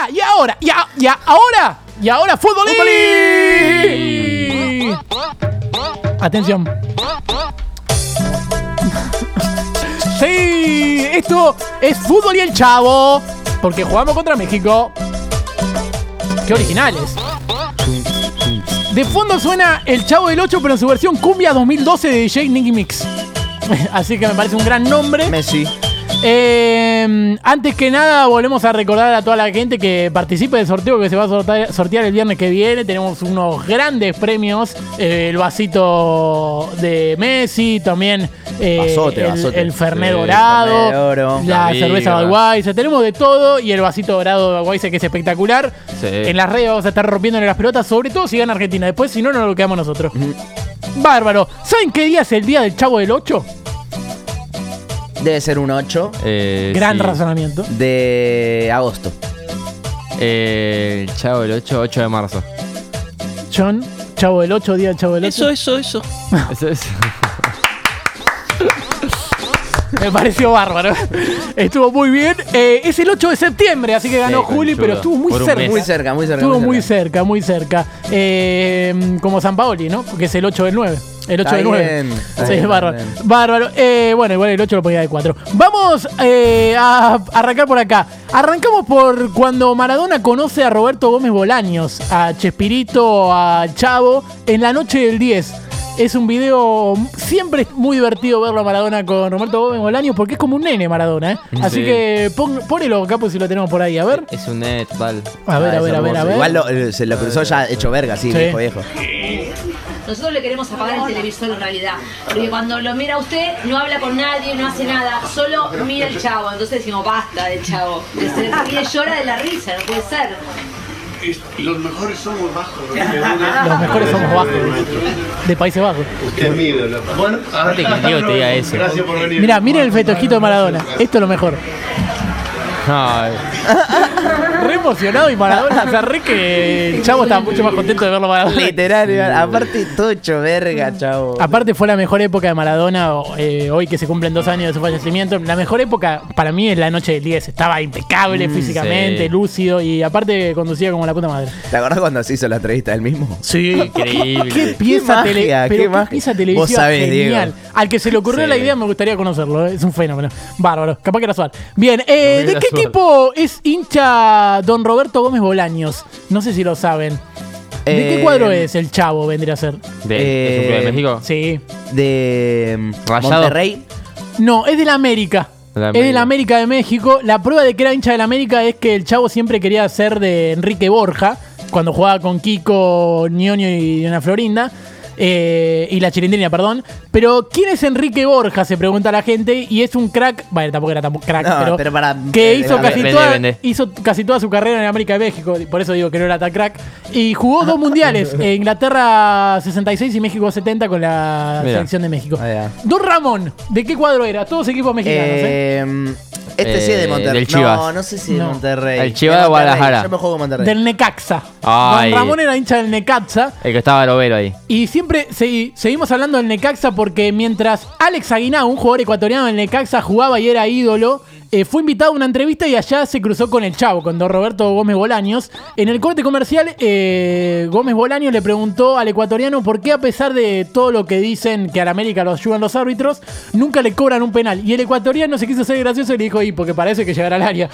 ahora, ¡Futbolín! Atención. Sí, esto es Fútbol y el Chavo, porque jugamos contra México. Qué originales. De fondo suena El Chavo del 8, pero en su versión Cumbia 2012 de DJ Nicky Mix. Así que me parece un gran nombre. Messi. Antes que nada, volvemos a recordar a toda la gente que participe del sorteo que se va a sortear el viernes que viene. Tenemos unos grandes premios. El vasito de Messi, también el Fernet dorado, la cerveza Budweiser. Tenemos de todo y el vasito dorado de Budweiser, que es espectacular. Sí. En las redes vamos a estar rompiéndole las pelotas, sobre todo si gana Argentina. Después, si no, nos lo quedamos nosotros. Bárbaro. ¿Saben qué día es el día del Chavo del 8? Debe ser un 8. Gran razonamiento. De agosto. El Chavo del 8 de marzo. John, Chavo del 8, día del Chavo del 8. Eso. Me pareció bárbaro. Estuvo muy bien. Es el 8 de septiembre, así que ganó Juli, pero estuvo muy cerca. Estuvo muy cerca. Como San Paoli, ¿no? Porque es el 8 del 9. El 8 del 9. Sí, es bárbaro. Bueno, igual el 8 lo ponía de 4. Vamos a arrancar por acá. Arrancamos por cuando Maradona conoce a Roberto Gómez Bolaños, a Chespirito, a Chavo, en la noche del 10. Es un video, siempre es muy divertido verlo a Maradona con Roberto Gómez Bolaños porque es como un nene Maradona, ¿eh? Así que ponelo, Capo, si lo tenemos por ahí, a ver. Es un nene total. A ver. Igual se lo cruzó ya hecho verga, sí. Viejo. Nosotros le queremos apagar el televisor en realidad, porque cuando lo mira usted no habla con nadie, no hace nada, solo mira el Chavo. Entonces decimos, basta del Chavo, se llora de la risa, no puede ser. Los mejores somos bajos. Los mejores somos bajos. De Países Bajos. Usted es mi ídolo. Bueno, ahora que Diego te diga eso. Gracias por venir. Miren el festejito de Maradona. Esto es lo mejor. Ay. Re emocionado y Maradona, o sea, re que el Chavo estaba mucho más contento de verlo Maradona. Literal, aparte todo hecho verga, Chavo. Aparte fue la mejor época de Maradona, hoy que se cumplen 2 años de su fallecimiento. La mejor época para mí es la noche del 10. Estaba impecable físicamente, lúcido y aparte conducía como la puta madre. ¿Te acordás cuando se hizo la entrevista del mismo? Sí, increíble. Qué pieza televisiva Vos sabés, genial. Diego. Al que se le ocurrió la idea me gustaría conocerlo, es un fenómeno. Bárbaro, capaz que era suave. Bien, ¿de qué equipo es hincha don Roberto Gómez Bolaños? No sé si lo saben. ¿De qué cuadro es el Chavo, vendría a ser? ¿Es un club de México? Sí. ¿De Rayado. Monterrey? No, es de la América. Es de la América de México. La prueba de que era hincha de la América es que el Chavo siempre quería ser de Enrique Borja, cuando jugaba con Kiko, Ñoño y Ana Florinda. Y la Chilindrina, perdón. Pero ¿quién es Enrique Borja? Se pregunta la gente. Y es un crack. Bueno, tampoco era tan crack, pero para, que hizo casi toda su carrera en América de México. Por eso digo que no era tan crack. Y jugó 2 mundiales, Inglaterra 66 y México 70 con la selección de México. Don Ramón, ¿de qué cuadro era? Todos equipos mexicanos, Este sí es de Monterrey. Del Chivas. No sé si de Monterrey. El Chivas de Guadalajara. Yo me juego con Monterrey. Del Necaxa. Ay. Don Ramón era hincha del Necaxa. El que estaba Lovero ahí. Y siempre seguimos hablando del Necaxa porque mientras Alex Aguinaldo, un jugador ecuatoriano del Necaxa, jugaba y era ídolo, fue invitado a una entrevista y allá se cruzó con el Chavo, con don Roberto Gómez Bolaños. En el corte comercial, Gómez Bolaños le preguntó al ecuatoriano por qué, a pesar de todo lo que dicen que a la América lo ayudan los árbitros, nunca le cobran un penal. Y el ecuatoriano se quiso ser gracioso y le dijo, porque parece que llegará al área.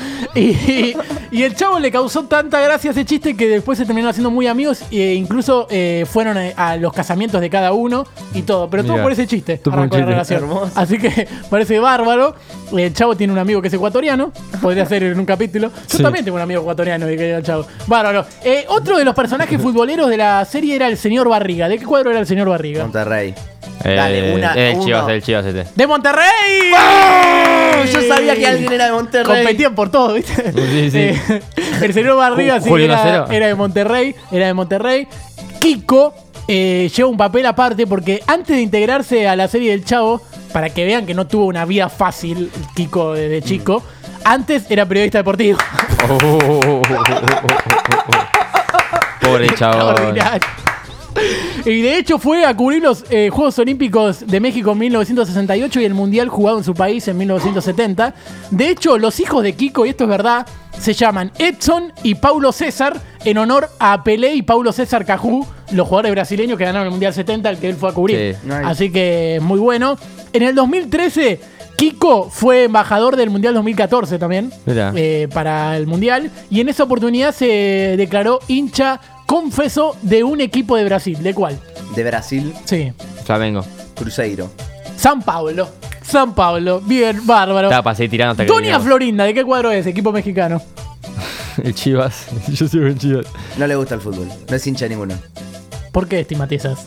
Y el Chavo le causó tanta gracia ese chiste que después se terminaron haciendo muy amigos e incluso fueron a los casamientos de cada uno y todo. Pero todo por ese chiste. Arrancó la relación. Hermoso. Así que parece bárbaro. El Chavo tiene un amigo que es ecuatoriano. Podría ser en un capítulo. Yo también tengo un amigo ecuatoriano que el Chavo. Bárbaro. Otro de los personajes futboleros de la serie era el señor Barriga. ¿De qué cuadro era el señor Barriga? Monterrey. Dale, el Chivas este. ¡De Monterrey! ¡Oh! Yo sabía que alguien era de Monterrey. Competían por todo, ¿viste? Sí. El señor Barriga sí era de Monterrey. Era de Monterrey. Kiko lleva un papel aparte porque antes de integrarse a la serie del Chavo, para que vean que no tuvo una vida fácil Kiko desde chico, antes era periodista deportivo. Pobre Chavo. Y de hecho fue a cubrir los Juegos Olímpicos de México en 1968 y el Mundial jugado en su país en 1970. De hecho, los hijos de Kiko, y esto es verdad, se llaman Edson y Paulo César en honor a Pelé y Paulo César Cajú, los jugadores brasileños que ganaron el Mundial 70, al que él fue a cubrir. Sí. Así que muy bueno. En el 2013, Kiko fue embajador del Mundial 2014 también, para el Mundial. Y en esa oportunidad se declaró hincha confeso de un equipo de Brasil. ¿De cuál? De Brasil. Sí. Flamengo. Cruzeiro. San Pablo. San Pablo. Bien, bárbaro. Estaba para seguir tirando hasta que Doña terminamos. Florinda, ¿de qué cuadro es? Equipo mexicano. El Chivas. Yo soy el Chivas. No le gusta el fútbol. No es hincha de ninguno. ¿Por qué estigmatizas?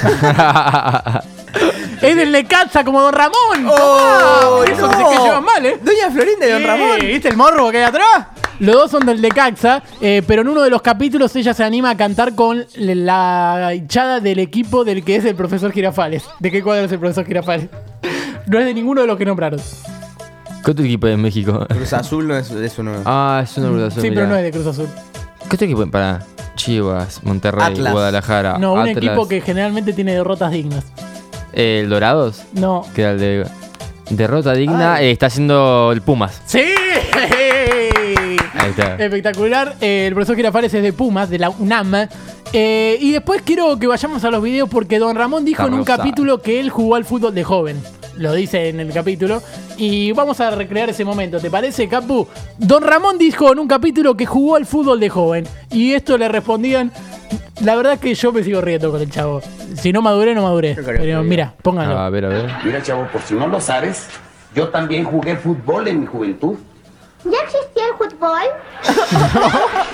Es del Necaxa como Don Ramón. Por eso que se llevan mal, ¿eh? Doña Florinda y Don Ramón. ¿Viste el morbo que hay atrás? Los dos son del Necaxa, pero en uno de los capítulos ella se anima a cantar con la hinchada del equipo del que es el profesor Girafales. ¿De qué cuadro es el profesor Girafales? No es de ninguno de los que nombraron. ¿Qué otro equipo de México? Cruz Azul no es uno. Ah, es una Cruz Azul. Sí, mirá. pero no es de Cruz Azul. ¿Qué otro equipo? Para Chivas, Monterrey, Atlas. Guadalajara. No, un Atlas. equipo que generalmente tiene derrotas dignas. ¿El Dorados? No. Que era el de derrota digna. Está haciendo el Pumas. ¡Sí! Ahí está. Espectacular. El profesor Girafales es de Pumas, de la UNAM. Y después quiero que vayamos a los videos porque Don Ramón dijo en un Carrozal. capítulo que él jugó al fútbol de joven. Lo dice en el capítulo. Y vamos a recrear ese momento. ¿Te parece, Capu? Don Ramón dijo en un capítulo que jugó al fútbol de joven. Y esto le respondían... La verdad que yo me sigo riendo con el chavo. Si no maduré, no maduré. Pero mira, pónganlo. A ver, a ver. Mira, chavo, por si no lo sabes, yo también jugué fútbol en mi juventud. ¿Ya existía el fútbol?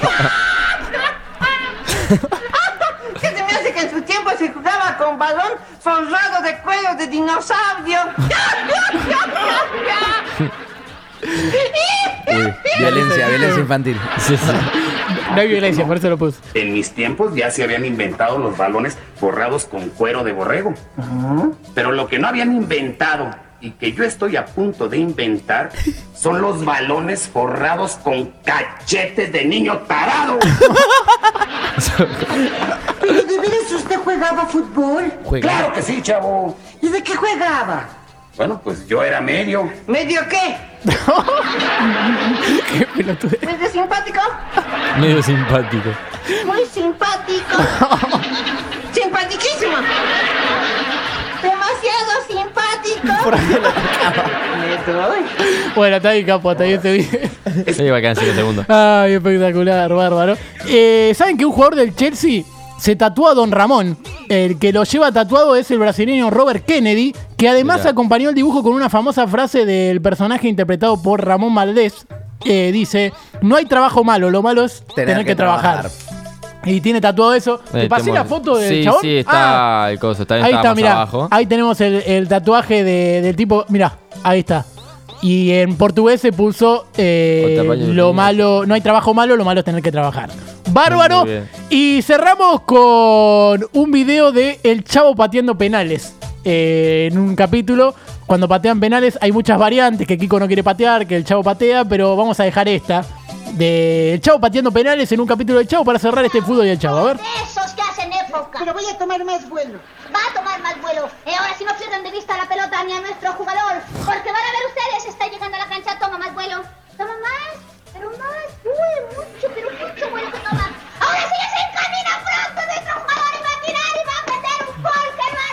¿Qué se me hace que en su tiempo se jugaba con balón forrado de cuello de dinosaurio? Violencia infantil. Sí, sí. No hay violencia, por eso lo puse. En mis tiempos ya se habían inventado los balones forrados con cuero de borrego. Pero lo que no habían inventado y que yo estoy a punto de inventar son los balones forrados con cachetes de niño tarado. ¿Pero de veras usted jugaba fútbol? Claro que sí, chavo. ¿Y de qué jugaba? Bueno, pues yo era medio. ¿Medio qué? Qué pelotudo. ¿Medio simpático? Medio simpático. Muy simpático. Simpaticísimo. Demasiado simpático. ¿Le doy? Bueno, está ahí, Capo, hasta ahí este video. Se iba a quedar en 5 segundos. Ay, espectacular, bárbaro. ¿Saben que un jugador del Chelsea se tatuó a Don Ramón? El que lo lleva tatuado es el brasileño Robert Kennedy, que además Mirá. acompañó el dibujo con una famosa frase del personaje interpretado por Ramón Valdés. Dice, no hay trabajo malo, lo malo es tener que trabajar. Y tiene tatuado eso. ¿Te pasé la foto del chabón? Sí, está el coso. Está, Ahí está, más mirá. abajo. Ahí tenemos el tatuaje del tipo. Mirá, ahí está. Y en portugués se puso lo malo, no hay trabajo malo, lo malo es tener que trabajar. Bárbaro. Muy bien. Y cerramos con un video de El Chavo pateando penales. En un capítulo, cuando patean penales, hay muchas variantes, que Kiko no quiere patear, que el Chavo patea, pero vamos a dejar esta. De El Chavo pateando penales en un capítulo del Chavo para cerrar este fútbol y el Chavo. A ver. Esos que hacen época. Pero voy a tomar más vuelo. Va a tomar más vuelo. Ahora si no pierdan de vista a la pelota ni a nuestro jugador. Porque van a ver ustedes, está llegando a la cancha, toma más vuelo. Toma más, pero más. Uy, mucho, pero mucho vuelo que toma. Ahora sí ya se encamina pronto nuestro jugador y va a tirar y va a meter un gol, Germán.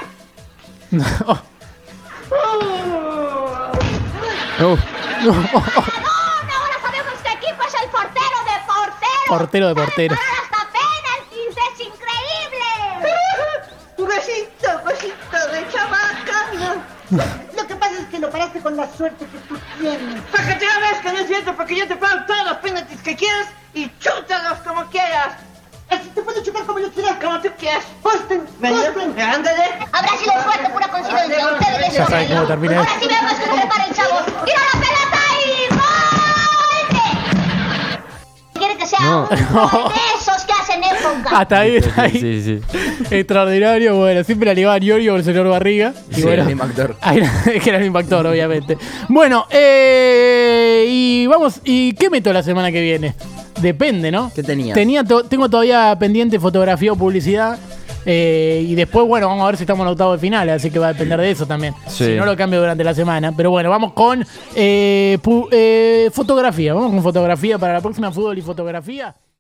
No, ahora sabemos qué equipo es el portero de portero. Portero de portero. Para hasta penaltis, es increíble. Gocito de chamaca. Lo que pasa es que lo paraste con la suerte que tú tienes. Para que te veas que no es cierto, porque yo te pago todos los penaltis que quieras y chútalos como quieras. Así te puedo chutar como yo quiera, como tú quieras. Posten, ándale. Habrá sido suerte, pura coincidencia. Ustedes Ya saben cómo termina Ahora esto. sí vemos que se prepara el Chavo. Tira la pelota y gol. Quiere que sea No. un gol de esos que hacen época. Hasta ahí, está ahí. Sí, sí. Extraordinario, bueno, siempre la ligaba Iorio por el señor Barriga. Y Sí, bueno, el mismo actor. ahí es que era el mismo actor, obviamente. Bueno, y vamos, ¿y qué meto la semana que viene? Depende, ¿no? ¿Qué tenías? Tengo todavía pendiente fotografía o publicidad. Y después, bueno, vamos a ver si estamos en octavo de final, así que va a depender de eso también. Sí. Si no, lo cambio durante la semana. Pero bueno, vamos con fotografía. Vamos con fotografía para la próxima, fútbol y fotografía.